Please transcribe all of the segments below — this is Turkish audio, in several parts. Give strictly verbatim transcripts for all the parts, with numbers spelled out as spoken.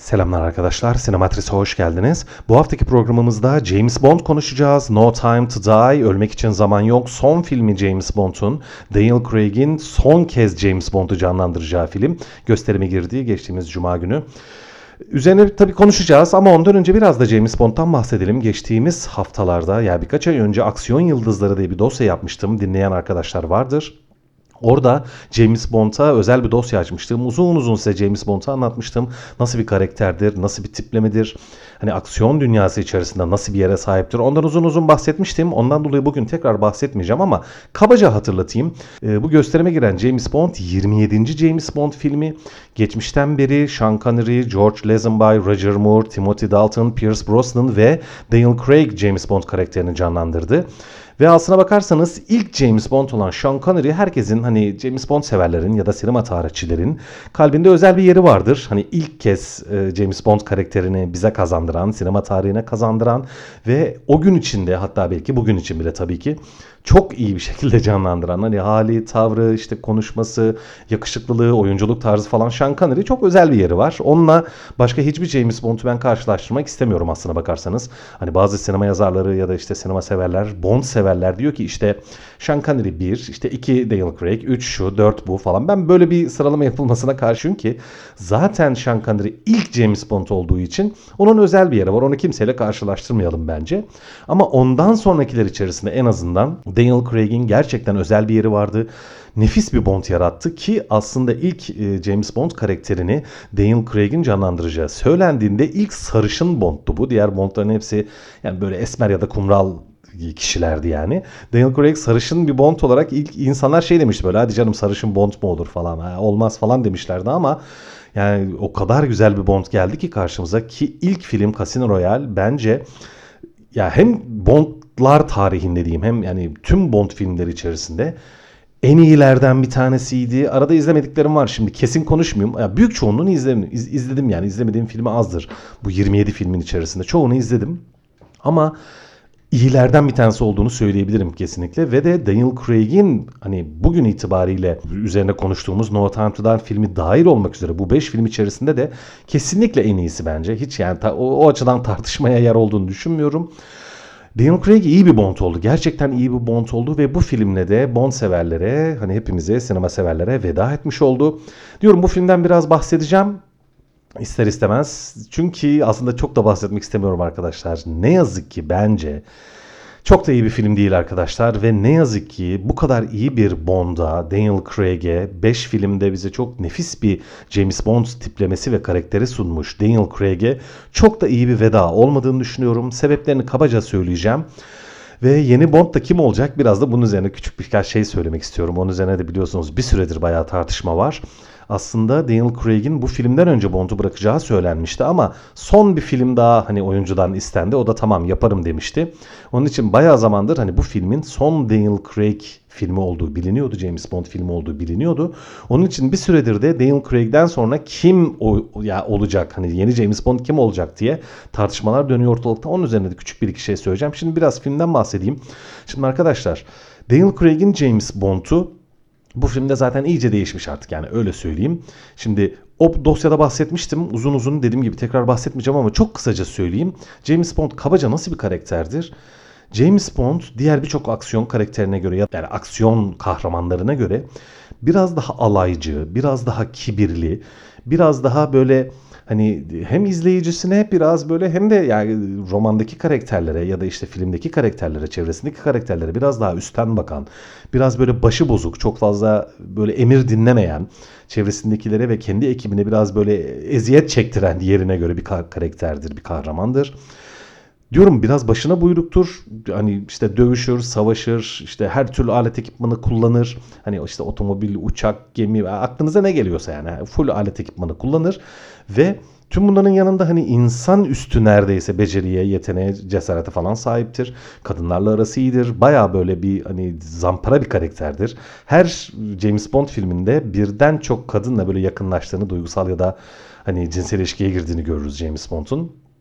Selamlar arkadaşlar, Sinematris'e hoş geldiniz. Bu haftaki programımızda James Bond konuşacağız. No Time to Die, Ölmek için Zaman Yok. Son filmi James Bond'un, Daniel Craig'in son kez James Bond'u canlandıracağı film. Gösterime girdiği geçtiğimiz Cuma günü. Üzerine tabii konuşacağız ama ondan önce biraz da James Bond'tan bahsedelim. Geçtiğimiz haftalarda, yani birkaç ay önce Aksiyon Yıldızları diye bir dosya yapmıştım. Dinleyen arkadaşlar vardır. Orada James Bond'a özel bir dosya açmıştım. Uzun uzun size James Bond'u anlatmıştım. Nasıl bir karakterdir, nasıl bir tiplemedir, hani aksiyon dünyası içerisinde nasıl bir yere sahiptir. Ondan uzun uzun bahsetmiştim. Ondan dolayı bugün tekrar bahsetmeyeceğim ama kabaca hatırlatayım. Ee, bu gösterime giren James Bond yirmi yedinci James Bond filmi. Geçmişten beri Sean Connery, George Lazenby, Roger Moore, Timothy Dalton, Pierce Brosnan ve Daniel Craig James Bond karakterini canlandırdı. Ve aslına bakarsanız ilk James Bond olan Sean Connery herkesin, hani James Bond severlerin ya da sinema tarihçilerin kalbinde özel bir yeri vardır. Hani ilk kez e, James Bond karakterini bize kazandıran, sinema tarihine kazandıran ve o gün içinde, hatta belki bugün için bile tabii ki çok iyi bir şekilde canlandıran, hani hali, tavrı, işte konuşması, yakışıklılığı, oyunculuk tarzı falan, Sean Connery çok özel bir yeri var. Onunla başka hiçbir James Bond'u ben karşılaştırmak istemiyorum aslına bakarsanız. Hani bazı sinema yazarları ya da işte sinema severler, Bond severler diyor ki işte Sean Connery bir, işte iki Daniel Craig, üç şu, dört bu falan. Ben böyle bir sıralama yapılmasına karşıyım ki zaten Sean Connery ilk James Bond olduğu için onun özel bir yeri var. Onu kimseyle karşılaştırmayalım bence. Ama ondan sonrakiler içerisinde en azından Daniel Craig'in gerçekten özel bir yeri vardı. Nefis bir Bond yarattı ki aslında ilk e, James Bond karakterini Daniel Craig'in canlandıracağı söylendiğinde ilk sarışın Bond'tu bu. Diğer Bond'ların hepsi yani böyle esmer ya da kumral kişilerdi yani. Daniel Craig sarışın bir Bond olarak ilk insanlar şey demişti, böyle hadi canım sarışın Bond mu olur falan, ha, olmaz falan demişlerdi ama yani o kadar güzel bir Bond geldi ki karşımıza ki ilk film Casino Royale bence ya hem Bond'lar tarihinde diyeyim hem yani tüm Bond filmleri içerisinde en iyilerden bir tanesiydi. Arada izlemediklerim var, şimdi kesin konuşmayayım. Ya büyük çoğunluğunu izledim, iz, izledim yani izlemediğim filmi azdır. Bu yirmi yedi filmin içerisinde çoğunu izledim. Ama iyilerden bir tanesi olduğunu söyleyebilirim kesinlikle. Ve de Daniel Craig'in hani bugün itibariyle üzerine konuştuğumuz No Time to Die filmi dahil olmak üzere bu beş film içerisinde de kesinlikle en iyisi bence. Hiç yani ta, o, o açıdan tartışmaya yer olduğunu düşünmüyorum. Daniel Craig iyi bir Bond oldu. Gerçekten iyi bir Bond oldu ve bu filmle de Bond severlere, hani hepimize, sinema severlere veda etmiş oldu. Diyorum bu filmden biraz bahsedeceğim. İster istemez. Çünkü aslında çok da bahsetmek istemiyorum arkadaşlar. Ne yazık ki bence çok da iyi bir film değil arkadaşlar ve ne yazık ki bu kadar iyi bir Bond'a, Daniel Craig'e beş filmde bize çok nefis bir James Bond tiplemesi ve karakteri sunmuş Daniel Craig'e çok da iyi bir veda olmadığını düşünüyorum. Sebeplerini kabaca söyleyeceğim. Ve yeni Bond da kim olacak? Biraz da bunun üzerine küçük birkaç şey söylemek istiyorum. Onun üzerine de biliyorsunuz bir süredir bayağı tartışma var. Aslında Daniel Craig'in bu filmden önce Bond'u bırakacağı söylenmişti ama son bir film daha hani oyuncudan istendi. O da tamam yaparım demişti. Onun için bayağı zamandır hani bu filmin son Daniel Craig filmi olduğu biliniyordu. James Bond filmi olduğu biliniyordu. Onun için bir süredir de Daniel Craig'den sonra kim o, ya olacak, hani yeni James Bond kim olacak diye tartışmalar dönüyor ortalıkta. Onun üzerine de küçük bir iki şey söyleyeceğim. Şimdi biraz filmden bahsedeyim. Şimdi arkadaşlar, Daniel Craig'in James Bond'u bu filmde zaten iyice değişmiş artık, yani öyle söyleyeyim. Şimdi o dosyada bahsetmiştim. Uzun uzun dediğim gibi tekrar bahsetmeyeceğim ama çok kısaca söyleyeyim. James Bond kabaca nasıl bir karakterdir? James Bond diğer birçok aksiyon karakterine göre ya yani aksiyon kahramanlarına göre biraz daha alaycı, biraz daha kibirli, biraz daha böyle hani hem izleyicisine biraz böyle hem de yani romandaki karakterlere ya da işte filmdeki karakterlere, çevresindeki karakterlere biraz daha üstten bakan, biraz böyle başı bozuk, çok fazla böyle emir dinlemeyen, çevresindekilere ve kendi ekibine biraz böyle eziyet çektiren yerine göre bir karakterdir, bir kahramandır. Diyorum biraz başına buyruktur. Hani işte dövüşür, savaşır, işte her türlü alet ekipmanı kullanır. Hani işte otomobil, uçak, gemi, aklınıza ne geliyorsa yani full alet ekipmanı kullanır. Ve tüm bunların yanında hani insan üstü neredeyse beceriye, yeteneğe, cesarete falan sahiptir. Kadınlarla arası iyidir. Baya böyle bir hani zampara bir karakterdir. Her James Bond filminde birden çok kadınla böyle yakınlaştığını, duygusal ya da hani cinsel ilişkiye girdiğini görürüz James Bond'un.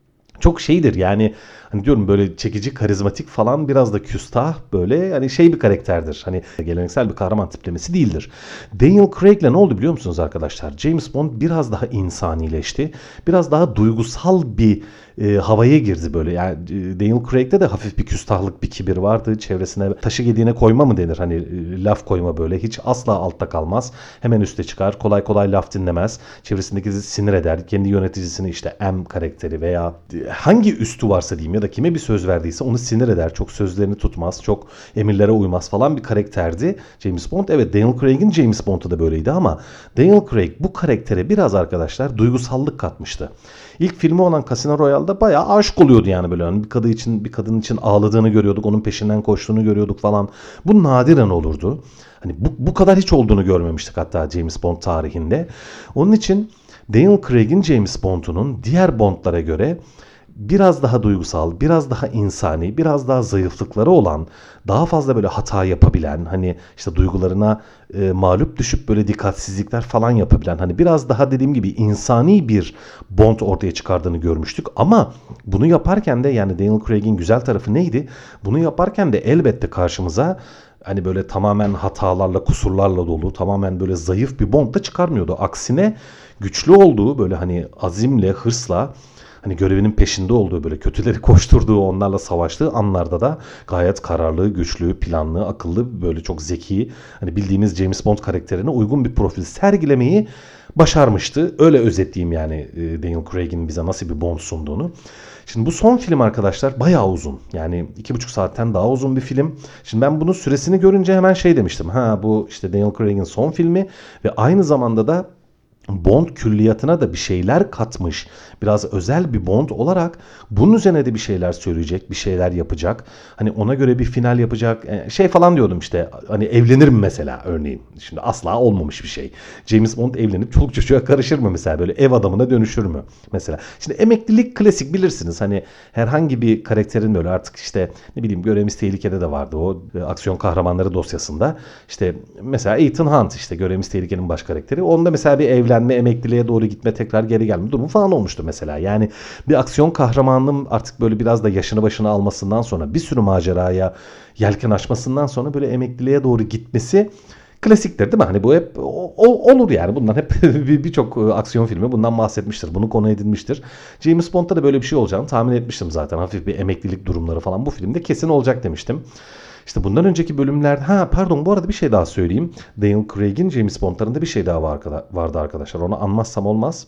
çok şeydir yani, hani diyorum böyle çekici, karizmatik falan, biraz da küstah, böyle hani şey bir karakterdir. Hani geleneksel bir kahraman tiplemesi değildir. Daniel Craig'le ne oldu biliyor musunuz arkadaşlar? James Bond biraz daha insanileşti. Biraz daha duygusal bir e, havaya girdi böyle. Yani e, Daniel Craig'de de hafif bir küstahlık, bir kibir vardı. Çevresine taşı gediğine koyma mı denir? Hani e, laf koyma böyle. Hiç asla altta kalmaz. Hemen üste çıkar. Kolay kolay laf dinlemez. Çevresindeki sinir eder. Kendi yöneticisini, işte M karakteri veya hangi üstü varsa diyeyim, ya da kime bir söz verdiyse onu sinir eder. Çok sözlerini tutmaz. Çok emirlere uymaz falan bir karakterdi James Bond. Evet, Daniel Craig'in James Bond'u da böyleydi ama Daniel Craig bu karaktere biraz arkadaşlar duygusallık katmıştı. İlk filmi olan Casino Royale'da bayağı aşık oluyordu yani, böyle hani bir kadın için bir kadın için ağladığını görüyorduk, onun peşinden koştuğunu görüyorduk falan. Bu nadiren olurdu. Hani bu, bu kadar hiç olduğunu görmemiştik hatta James Bond tarihinde. Onun için Daniel Craig'in James Bond'unun diğer Bond'lara göre biraz daha duygusal, biraz daha insani, biraz daha zayıflıkları olan, daha fazla böyle hata yapabilen, hani işte duygularına e, mağlup düşüp böyle dikkatsizlikler falan yapabilen, hani biraz daha dediğim gibi insani bir Bond ortaya çıkardığını görmüştük. Ama bunu yaparken de, yani Daniel Craig'in güzel tarafı neydi? Bunu yaparken de elbette karşımıza hani böyle tamamen hatalarla, kusurlarla dolu, tamamen böyle zayıf bir Bond da çıkarmıyordu. Aksine güçlü olduğu, böyle hani azimle, hırsla, hani görevinin peşinde olduğu, böyle kötüleri koşturduğu, onlarla savaştığı anlarda da gayet kararlı, güçlü, planlı, akıllı, böyle çok zeki, hani bildiğimiz James Bond karakterine uygun bir profil sergilemeyi başarmıştı. Öyle özetleyeyim yani Daniel Craig'in bize nasıl bir Bond sunduğunu. Şimdi bu son film arkadaşlar bayağı uzun. Yani iki buçuk saatten daha uzun bir film. Şimdi ben bunun süresini görünce hemen şey demiştim. Ha, bu işte Daniel Craig'in son filmi ve aynı zamanda da Bond külliyatına da bir şeyler katmış. Biraz özel bir Bond olarak bunun üzerine de bir şeyler söyleyecek, bir şeyler yapacak. Hani ona göre bir final yapacak. Şey falan diyordum işte, hani evlenir mi mesela örneğin. Şimdi asla olmamış bir şey. James Bond evlenip çoluk çocuğa karışır mı mesela, böyle ev adamına dönüşür mü mesela. Şimdi emeklilik klasik, bilirsiniz. Hani herhangi bir karakterin böyle artık işte ne bileyim, Görevimiz Tehlikede de vardı o aksiyon kahramanları dosyasında. İşte mesela Ethan Hunt, işte Görevimiz Tehlike'nin baş karakteri. Onda mesela bir evlenme, emekliliğe doğru gitme, tekrar geri gelme durumu falan olmuştu mesela. Yani bir aksiyon kahramanının artık böyle biraz da yaşını başına almasından sonra, bir sürü maceraya yelken açmasından sonra böyle emekliliğe doğru gitmesi klasiktir değil mi? Hani bu hep o, o, olur yani. Bundan hep birçok aksiyon filmi bundan bahsetmiştir. Bunu konu edinmiştir. James Bond'da da böyle bir şey olacağını tahmin etmiştim zaten. Hafif bir emeklilik durumları falan bu filmde kesin olacak demiştim. İşte bundan önceki bölümlerde, ha pardon, bu arada bir şey daha söyleyeyim. Daniel Craig'in James Bond'larında bir şey daha vardı arkadaşlar. Onu anmazsam olmaz.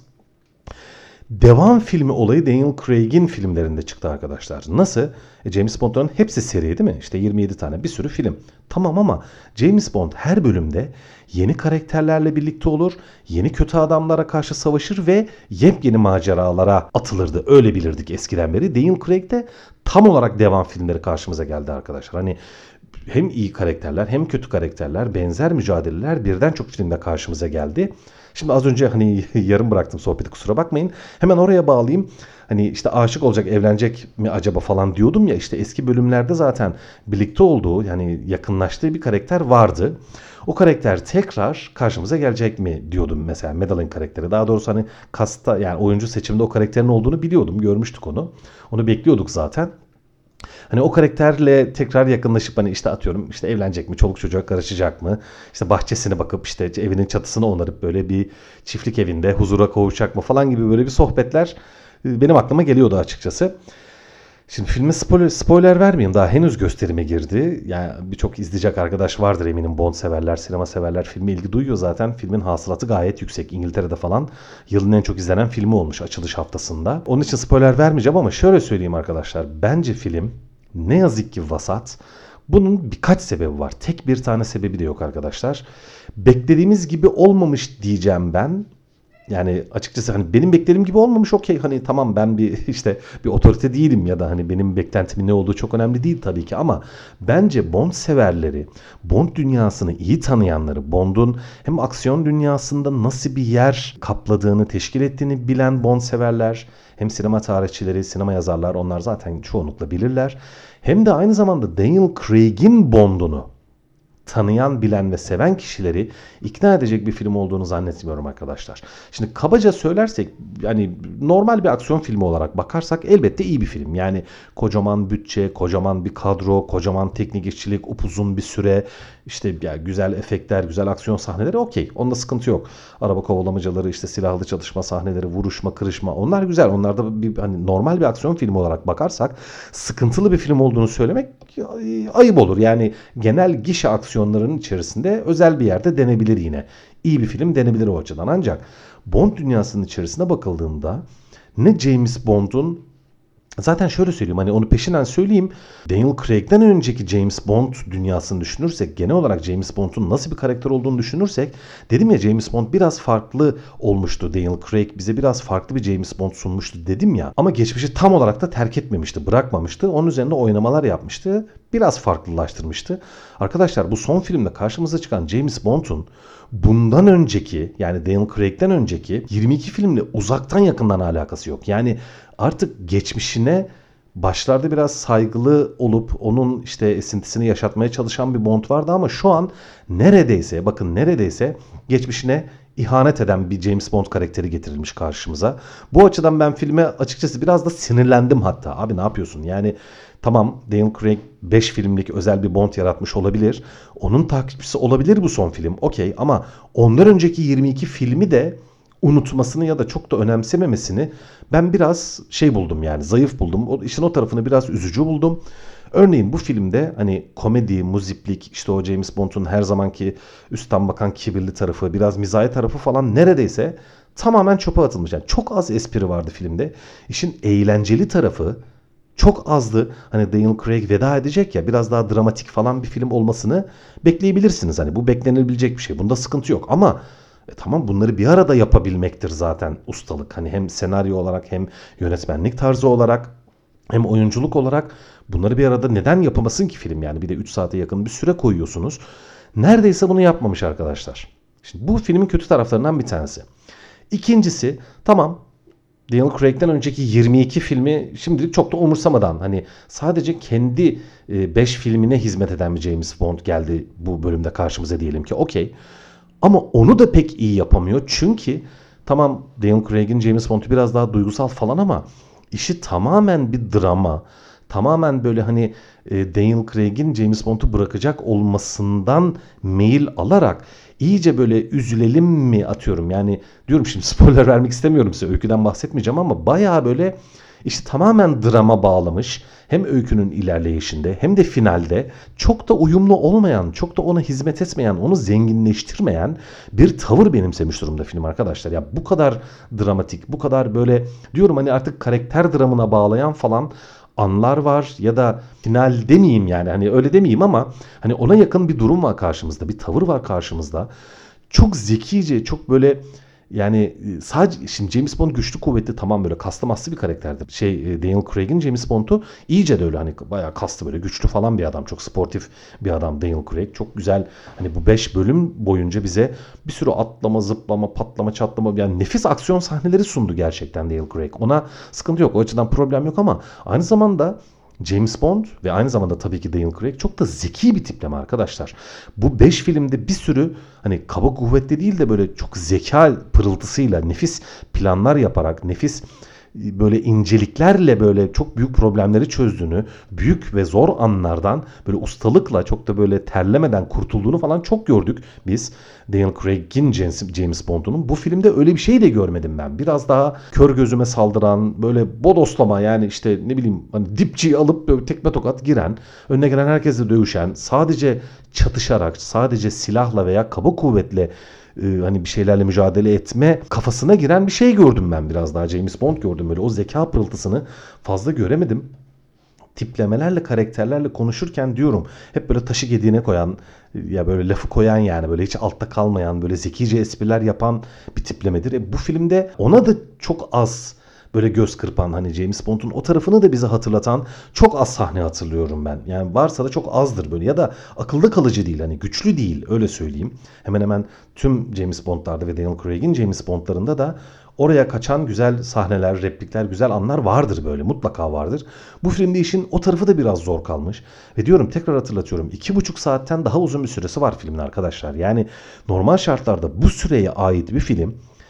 Devam filmi olayı Daniel Craig'in filmlerinde çıktı arkadaşlar. Nasıl? E, James Bond'ların hepsi seri değil mi? İşte yirmi yedi tane, bir sürü film. Tamam ama James Bond her bölümde yeni karakterlerle birlikte olur, yeni kötü adamlara karşı savaşır ve yepyeni maceralara atılırdı. Öyle bilirdik eskiden beri. Daniel Craig'de tam olarak devam filmleri karşımıza geldi arkadaşlar. Hani hem iyi karakterler hem kötü karakterler, benzer mücadeleler birden çok filmde karşımıza geldi. Şimdi az önce hani yarım bıraktım sohbeti, kusura bakmayın. Hemen oraya bağlayayım. Hani işte aşık olacak, evlenecek mi acaba falan diyordum ya, işte eski bölümlerde zaten birlikte olduğu, yani yakınlaştığı bir karakter vardı. O karakter tekrar karşımıza gelecek mi diyordum mesela, Madeline karakteri. Daha doğrusu hani kasta, yani oyuncu seçiminde o karakterin olduğunu biliyordum, görmüştük onu. Onu bekliyorduk zaten. Hani o karakterle tekrar yakınlaşıp, hani işte atıyorum işte evlenecek mi, çoluk çocuğa karışacak mı, işte bahçesine bakıp işte evinin çatısını onarıp böyle bir çiftlik evinde huzura kavuşacak mı falan gibi böyle bir sohbetler benim aklıma geliyordu açıkçası. Şimdi filme spoiler, spoiler vermeyeyim, daha henüz gösterime girdi. Yani birçok izleyecek arkadaş vardır eminim, Bond severler, sinema severler, filme ilgi duyuyor zaten. Filmin hasılatı gayet yüksek. İngiltere'de falan yılın en çok izlenen filmi olmuş açılış haftasında. Onun için spoiler vermeyeceğim ama şöyle söyleyeyim arkadaşlar. Bence film ne yazık ki vasat. Bunun birkaç sebebi var. Tek bir tane sebebi de yok arkadaşlar. Beklediğimiz gibi olmamış diyeceğim ben. Yani açıkçası hani benim beklediğim gibi olmamış, okey, hani tamam, ben bir işte bir otorite değilim ya da hani benim beklentimin ne olduğu çok önemli değil tabii ki, ama bence Bond severleri, Bond dünyasını iyi tanıyanları, Bond'un hem aksiyon dünyasında nasıl bir yer kapladığını, teşkil ettiğini bilen Bond severler, hem sinema tarihçileri, sinema yazarlar, onlar zaten çoğunlukla bilirler. Hem de aynı zamanda Daniel Craig'in Bond'unu tanıyan, bilen ve seven kişileri ikna edecek bir film olduğunu zannetmiyorum arkadaşlar. Şimdi kabaca söylersek, yani normal bir aksiyon filmi olarak bakarsak elbette iyi bir film. Yani kocaman bütçe, kocaman bir kadro, kocaman teknik işçilik, upuzun bir süre, işte ya güzel efektler, güzel aksiyon sahneleri okey. Onda sıkıntı yok. Araba kovalamacaları, işte silahlı çatışma sahneleri, vuruşma, kırışma onlar güzel. Onlarda bir hani normal bir aksiyon filmi olarak bakarsak sıkıntılı bir film olduğunu söylemek ayıp olur. Yani genel gişe aksiyonlarının içerisinde özel bir yerde denebilir yine. İyi bir film denebilir o açıdan. Ancak Bond dünyasının içerisine bakıldığında ne James Bond'un, zaten şöyle söyleyeyim, hani onu peşinden söyleyeyim. Daniel Craig'den önceki James Bond dünyasını düşünürsek, genel olarak James Bond'un nasıl bir karakter olduğunu düşünürsek, dedim ya James Bond biraz farklı olmuştu. Daniel Craig bize biraz farklı bir James Bond sunmuştu dedim ya. Ama geçmişi tam olarak da terk etmemişti, bırakmamıştı. Onun üzerinde oynamalar yapmıştı. Biraz farklılaştırmıştı. Arkadaşlar bu son filmde karşımıza çıkan James Bond'un bundan önceki, yani Daniel Craig'den önceki yirmi iki filmle uzaktan yakından alakası yok. Yani artık geçmişine başlarda biraz saygılı olup onun işte esintisini yaşatmaya çalışan bir Bond vardı ama şu an neredeyse, bakın neredeyse geçmişine ihanet eden bir James Bond karakteri getirilmiş karşımıza. Bu açıdan ben filme açıkçası biraz da sinirlendim hatta. Abi ne yapıyorsun? Yani tamam, Daniel Craig beş filmlik özel bir Bond yaratmış olabilir. Onun takipçisi olabilir bu son film. Okey, ama ondan önceki yirmi iki filmi de unutmasını ya da çok da önemsememesini ben biraz şey buldum, yani zayıf buldum. O, işin o tarafını biraz üzücü buldum. Örneğin bu filmde hani komedi, muziplik, işte o James Bond'un her zamanki üstten bakan kibirli tarafı, biraz mizahi tarafı falan neredeyse tamamen çöpe atılmış. Yani çok az espri vardı filmde. İşin eğlenceli tarafı çok azdı. Hani Daniel Craig veda edecek ya, biraz daha dramatik falan bir film olmasını bekleyebilirsiniz. Hani bu beklenilebilecek bir şey. Bunda sıkıntı yok ama e tamam, bunları bir arada yapabilmektir zaten ustalık. Hani hem senaryo olarak hem yönetmenlik tarzı olarak hem oyunculuk olarak bunları bir arada neden yapamasın ki film yani? Bir de üç saate yakın bir süre koyuyorsunuz. Neredeyse bunu yapmamış arkadaşlar. Şimdi bu filmin kötü taraflarından bir tanesi. İkincisi, tamam, Daniel Craig'den önceki yirmi iki filmi şimdilik çok da umursamadan, hani sadece kendi beş filmine hizmet eden bir James Bond geldi bu bölümde karşımıza diyelim ki, okey. Ama onu da pek iyi yapamıyor. Çünkü tamam, Daniel Craig'in James Bond'u biraz daha duygusal falan ama işi tamamen bir drama. Tamamen böyle hani e, Daniel Craig'in James Bond'u bırakacak olmasından meyil alarak iyice böyle üzülelim mi atıyorum. Yani diyorum, şimdi spoiler vermek istemiyorum size. Öyküden bahsetmeyeceğim ama bayağı böyle işte tamamen drama bağlamış. Hem öykünün ilerleyişinde hem de finalde çok da uyumlu olmayan, çok da ona hizmet etmeyen, onu zenginleştirmeyen bir tavır benimsemiş durumda film arkadaşlar. Ya bu kadar dramatik, bu kadar böyle diyorum hani artık karakter dramına bağlayan falan anlar var ya da final demeyeyim, yani hani öyle demeyeyim ama hani ona yakın bir durum var karşımızda, bir tavır var karşımızda. Çok zekice, çok böyle yani sadece şimdi James Bond güçlü kuvvetli, tamam, böyle kaslı maslı bir karakterdi. Şey Daniel Craig'in James Bond'u iyice de öyle hani bayağı kaslı, böyle güçlü falan bir adam. Çok sportif bir adam Daniel Craig. Çok güzel, hani bu beş bölüm boyunca bize bir sürü atlama, zıplama, patlama, çatlama, yani nefis aksiyon sahneleri sundu gerçekten Daniel Craig. Ona sıkıntı yok. O açıdan problem yok ama aynı zamanda James Bond ve aynı zamanda tabii ki Daniel Craig çok da zeki bir tipleme arkadaşlar. Bu beş filmde bir sürü hani kaba kuvvetli değil de böyle çok zeka pırıltısıyla nefis planlar yaparak, nefis böyle inceliklerle böyle çok büyük problemleri çözdüğünü, büyük ve zor anlardan böyle ustalıkla, çok da böyle terlemeden kurtulduğunu falan çok gördük biz. Daniel Craig'in James Bond'unun. Bu filmde öyle bir şey de görmedim ben. Biraz daha kör gözüme saldıran, böyle bodoslama, yani işte ne bileyim hani dipçiyi alıp böyle tekme tokat giren, önüne gelen herkesle dövüşen, sadece çatışarak, sadece silahla veya kaba kuvvetle hani bir şeylerle mücadele etme kafasına giren bir şey gördüm ben, biraz daha James Bond gördüm. Böyle o zeka pırıltısını fazla göremedim. Tiplemelerle, karakterlerle konuşurken diyorum hep böyle taşı gediğine koyan, ya böyle lafı koyan, yani böyle hiç altta kalmayan, böyle zekice espriler yapan bir tiplemedir. E bu filmde ona da çok az böyle göz kırpan, hani James Bond'un o tarafını da bize hatırlatan çok az sahne hatırlıyorum ben. Yani varsa da çok azdır böyle, ya da akılda kalıcı değil, hani güçlü değil, öyle söyleyeyim. Hemen hemen tüm James Bond'larda ve Daniel Craig'in James Bond'larında da oraya kaçan güzel sahneler, replikler, güzel anlar vardır böyle, mutlaka vardır. Bu filmde işin o tarafı da biraz zor kalmış. Ve diyorum, tekrar hatırlatıyorum, iki buçuk saatten daha uzun bir süresi var filmin arkadaşlar. Yani normal şartlarda bu süreye ait bir film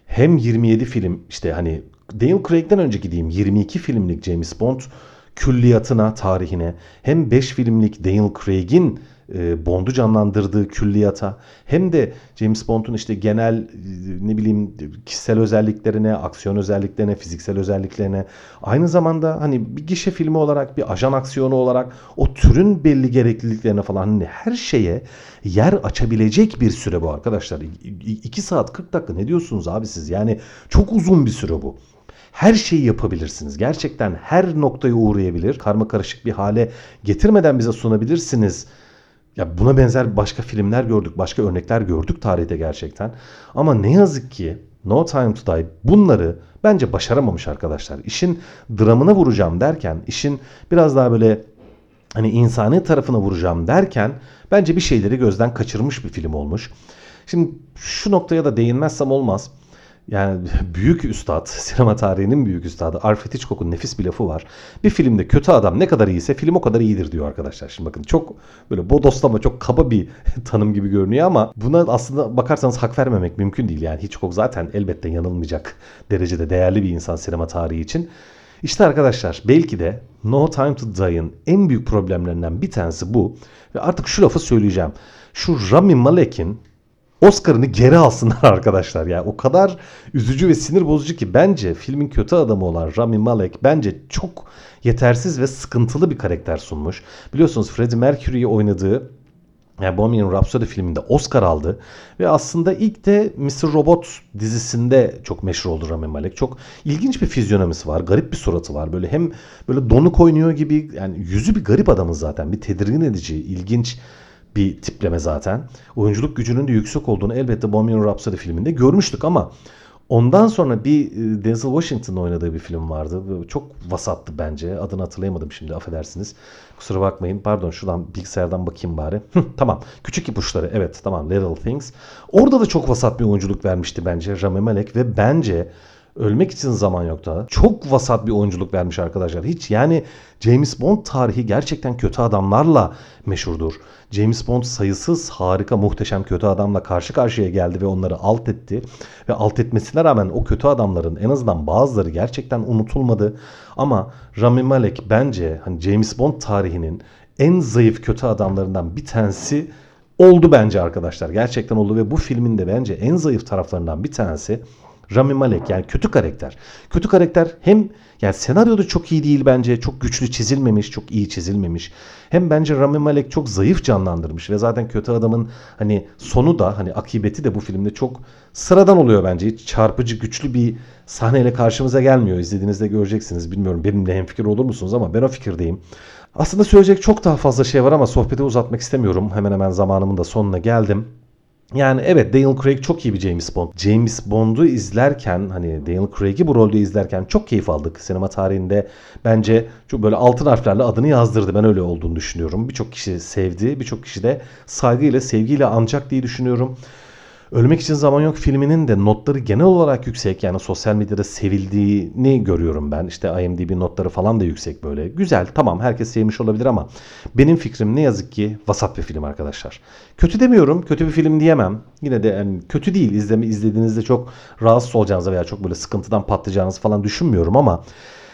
hem yirmi yedi film, işte hani Daniel Craig'den önceki diyeyim yirmi iki filmlik James Bond külliyatına, tarihine, hem beş filmlik Daniel Craig'in e, Bond'u canlandırdığı külliyata, hem de James Bond'un işte genel e, ne bileyim kişisel özelliklerine, aksiyon özelliklerine, fiziksel özelliklerine, aynı zamanda hani bir gişe filmi olarak, bir ajan aksiyonu olarak o türün belli gerekliliklerine falan, hani her şeye yer açabilecek bir süre bu arkadaşlar. iki saat kırk dakika ne diyorsunuz abi siz? Yani çok uzun bir süre bu. Her şeyi yapabilirsiniz. Gerçekten her noktaya uğrayabilir. Karma karışık bir hale getirmeden bize sunabilirsiniz. Ya buna benzer başka filmler gördük, başka örnekler gördük tarihte gerçekten. Ama ne yazık ki No Time to Die bunları bence başaramamış arkadaşlar. İşin dramına vuracağım derken, işin biraz daha böyle hani insani tarafına vuracağım derken bence bir şeyleri gözden kaçırmış bir film olmuş. Şimdi şu noktaya da değinmezsem olmaz. Yani büyük üstad, sinema tarihinin büyük üstadı Alfred Hitchcock'un nefis bir lafı var. Bir filmde kötü adam ne kadar iyiyse film o kadar iyidir diyor arkadaşlar. Şimdi bakın çok böyle bodoslama, çok kaba bir tanım gibi görünüyor ama buna aslında bakarsanız hak vermemek mümkün değil. Yani Hitchcock zaten elbette yanılmayacak derecede değerli bir insan sinema tarihi için. İşte arkadaşlar belki de No Time to Die'ın en büyük problemlerinden bir tanesi bu. Ve artık şu lafı söyleyeceğim. Şu Rami Malek'in Oscar'ını geri alsınlar arkadaşlar. Yani o kadar üzücü ve sinir bozucu ki bence filmin kötü adamı olan Rami Malek bence çok yetersiz ve sıkıntılı bir karakter sunmuş. Biliyorsunuz Freddie Mercury'yi oynadığı yani Bohemian Rhapsody filminde Oscar aldı ve aslında ilk de mister Robot dizisinde çok meşhur oldu Rami Malek. Çok ilginç bir fizyonomisi var, garip bir suratı var. Böyle hem böyle donuk oynuyor gibi, yani yüzü bir garip adamın zaten. Bir tedirgin edici, ilginç bir tipleme zaten. Oyunculuk gücünün de yüksek olduğunu elbette Bohemian Rhapsody filminde görmüştük ama ondan sonra bir Denzel Washington'ın oynadığı bir film vardı. Çok vasattı bence. Adını hatırlayamadım şimdi, affedersiniz. Kusura bakmayın. Pardon, şuradan bilgisayardan bakayım bari. Tamam. Küçük ipuçları. Evet, tamam. Little Things. Orada da çok vasat bir oyunculuk vermişti bence Rami Malek ve bence Ölmek için Zaman Yok'ta çok vasat bir oyunculuk vermiş arkadaşlar. Hiç yani James Bond tarihi gerçekten kötü adamlarla meşhurdur. James Bond sayısız harika, muhteşem kötü adamla karşı karşıya geldi ve onları alt etti. Ve alt etmesine rağmen o kötü adamların en azından bazıları gerçekten unutulmadı. Ama Rami Malek bence hani James Bond tarihinin en zayıf kötü adamlarından bir tanesi oldu bence arkadaşlar. Gerçekten oldu ve bu filmin de bence en zayıf taraflarından bir tanesi Rami Malek, yani kötü karakter. Kötü karakter hem yani senaryoda çok iyi değil bence. Çok güçlü çizilmemiş, çok iyi çizilmemiş. Hem bence Rami Malek çok zayıf canlandırmış ve zaten kötü adamın hani sonu da, hani akıbeti de bu filmde çok sıradan oluyor bence. Hiç çarpıcı, güçlü bir sahneyle karşımıza gelmiyor. İzlediğinizde göreceksiniz. Bilmiyorum benimle hemfikir olur musunuz ama ben o fikirdeyim. Aslında söyleyecek çok daha fazla şey var ama sohbeti uzatmak istemiyorum. Hemen hemen zamanımın da sonuna geldim. Yani evet, Daniel Craig çok iyi bir James Bond. James Bond'u izlerken, hani Daniel Craig'i bu rolde izlerken çok keyif aldık. Sinema tarihinde bence çok böyle altın harflerle adını yazdırdı. Ben öyle olduğunu düşünüyorum. Birçok kişi sevdi. Birçok kişi de saygıyla, sevgiyle anacak diye düşünüyorum. Ölmek için Zaman Yok filminin de notları genel olarak yüksek. Yani sosyal medyada sevildiğini görüyorum ben. İşte IMDb notları falan da yüksek böyle. Güzel, tamam, herkes sevmiş olabilir ama benim fikrim ne yazık ki vasat bir film arkadaşlar. Kötü demiyorum, kötü bir film diyemem. Yine de yani kötü değil. İzleme, izlediğinizde çok rahatsız olacağınızı veya çok böyle sıkıntıdan patlayacağınızı falan düşünmüyorum ama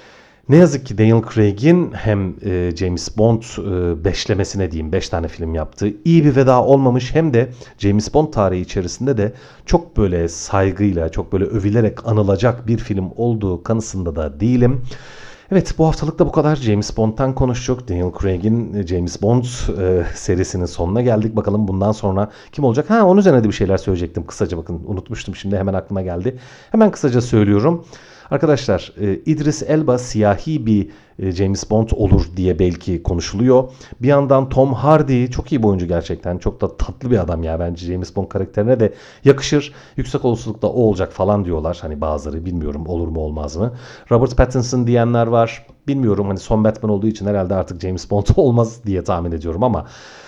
ne yazık ki Daniel Craig'in hem e, James Bond e, beşlemesine diyeyim, beş tane film yaptığı iyi bir veda olmamış, hem de James Bond tarihi içerisinde de çok böyle saygıyla, çok böyle övülerek anılacak bir film olduğu kanısında da değilim. Evet, bu haftalık da bu kadar. James Bond'tan konuştuk. Daniel Craig'in James Bond e, serisinin sonuna geldik. Bakalım bundan sonra kim olacak? Ha, onun üzerine de bir şeyler söyleyecektim kısaca, bakın unutmuştum, şimdi hemen aklıma geldi. Hemen kısaca söylüyorum. Arkadaşlar, İdris Elba siyahi bir James Bond olur diye belki konuşuluyor. Bir yandan Tom Hardy çok iyi bir oyuncu gerçekten. Çok da tatlı bir adam ya, bence James Bond karakterine de yakışır. Yüksek olasılıkla o olacak falan diyorlar. Hani bazıları, bilmiyorum olur mu olmaz mı. Robert Pattinson diyenler var. Bilmiyorum, hani son Batman olduğu için herhalde artık James Bond olmaz diye tahmin ediyorum ama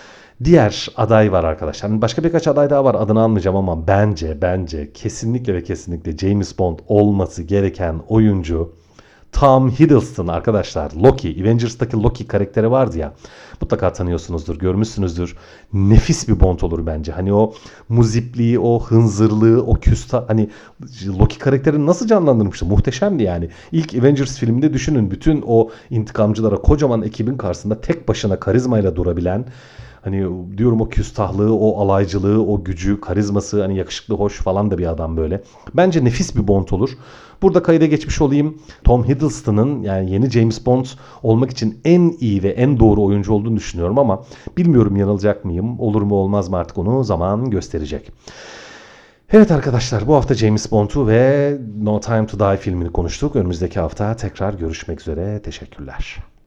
diğer aday var arkadaşlar. Yani başka birkaç aday daha var. Adını almayacağım ama bence bence kesinlikle ve kesinlikle James Bond olması gereken oyuncu Tom Hiddleston arkadaşlar. Loki. Avengers'taki Loki karakteri vardı ya. Mutlaka tanıyorsunuzdur, görmüşsünüzdür. Nefis bir Bond olur bence. Hani o muzipliği, o hınzırlığı, o küsta... Hani Loki karakterini nasıl canlandırmıştı? Muhteşemdi yani. İlk Avengers filminde düşünün. Bütün o intikamcılara, kocaman ekibin karşısında tek başına karizmayla durabilen... Hani diyorum o küstahlığı, o alaycılığı, o gücü, karizması, hani yakışıklı, hoş falan da bir adam böyle. Bence nefis bir Bond olur. Burada kayda geçmiş olayım. Tom Hiddleston'ın yani yeni James Bond olmak için en iyi ve en doğru oyuncu olduğunu düşünüyorum ama bilmiyorum yanılacak mıyım? Olur mu olmaz mı artık onu zaman gösterecek. Evet arkadaşlar bu hafta James Bond'u ve No Time to Die filmini konuştuk. Önümüzdeki hafta tekrar görüşmek üzere. Teşekkürler.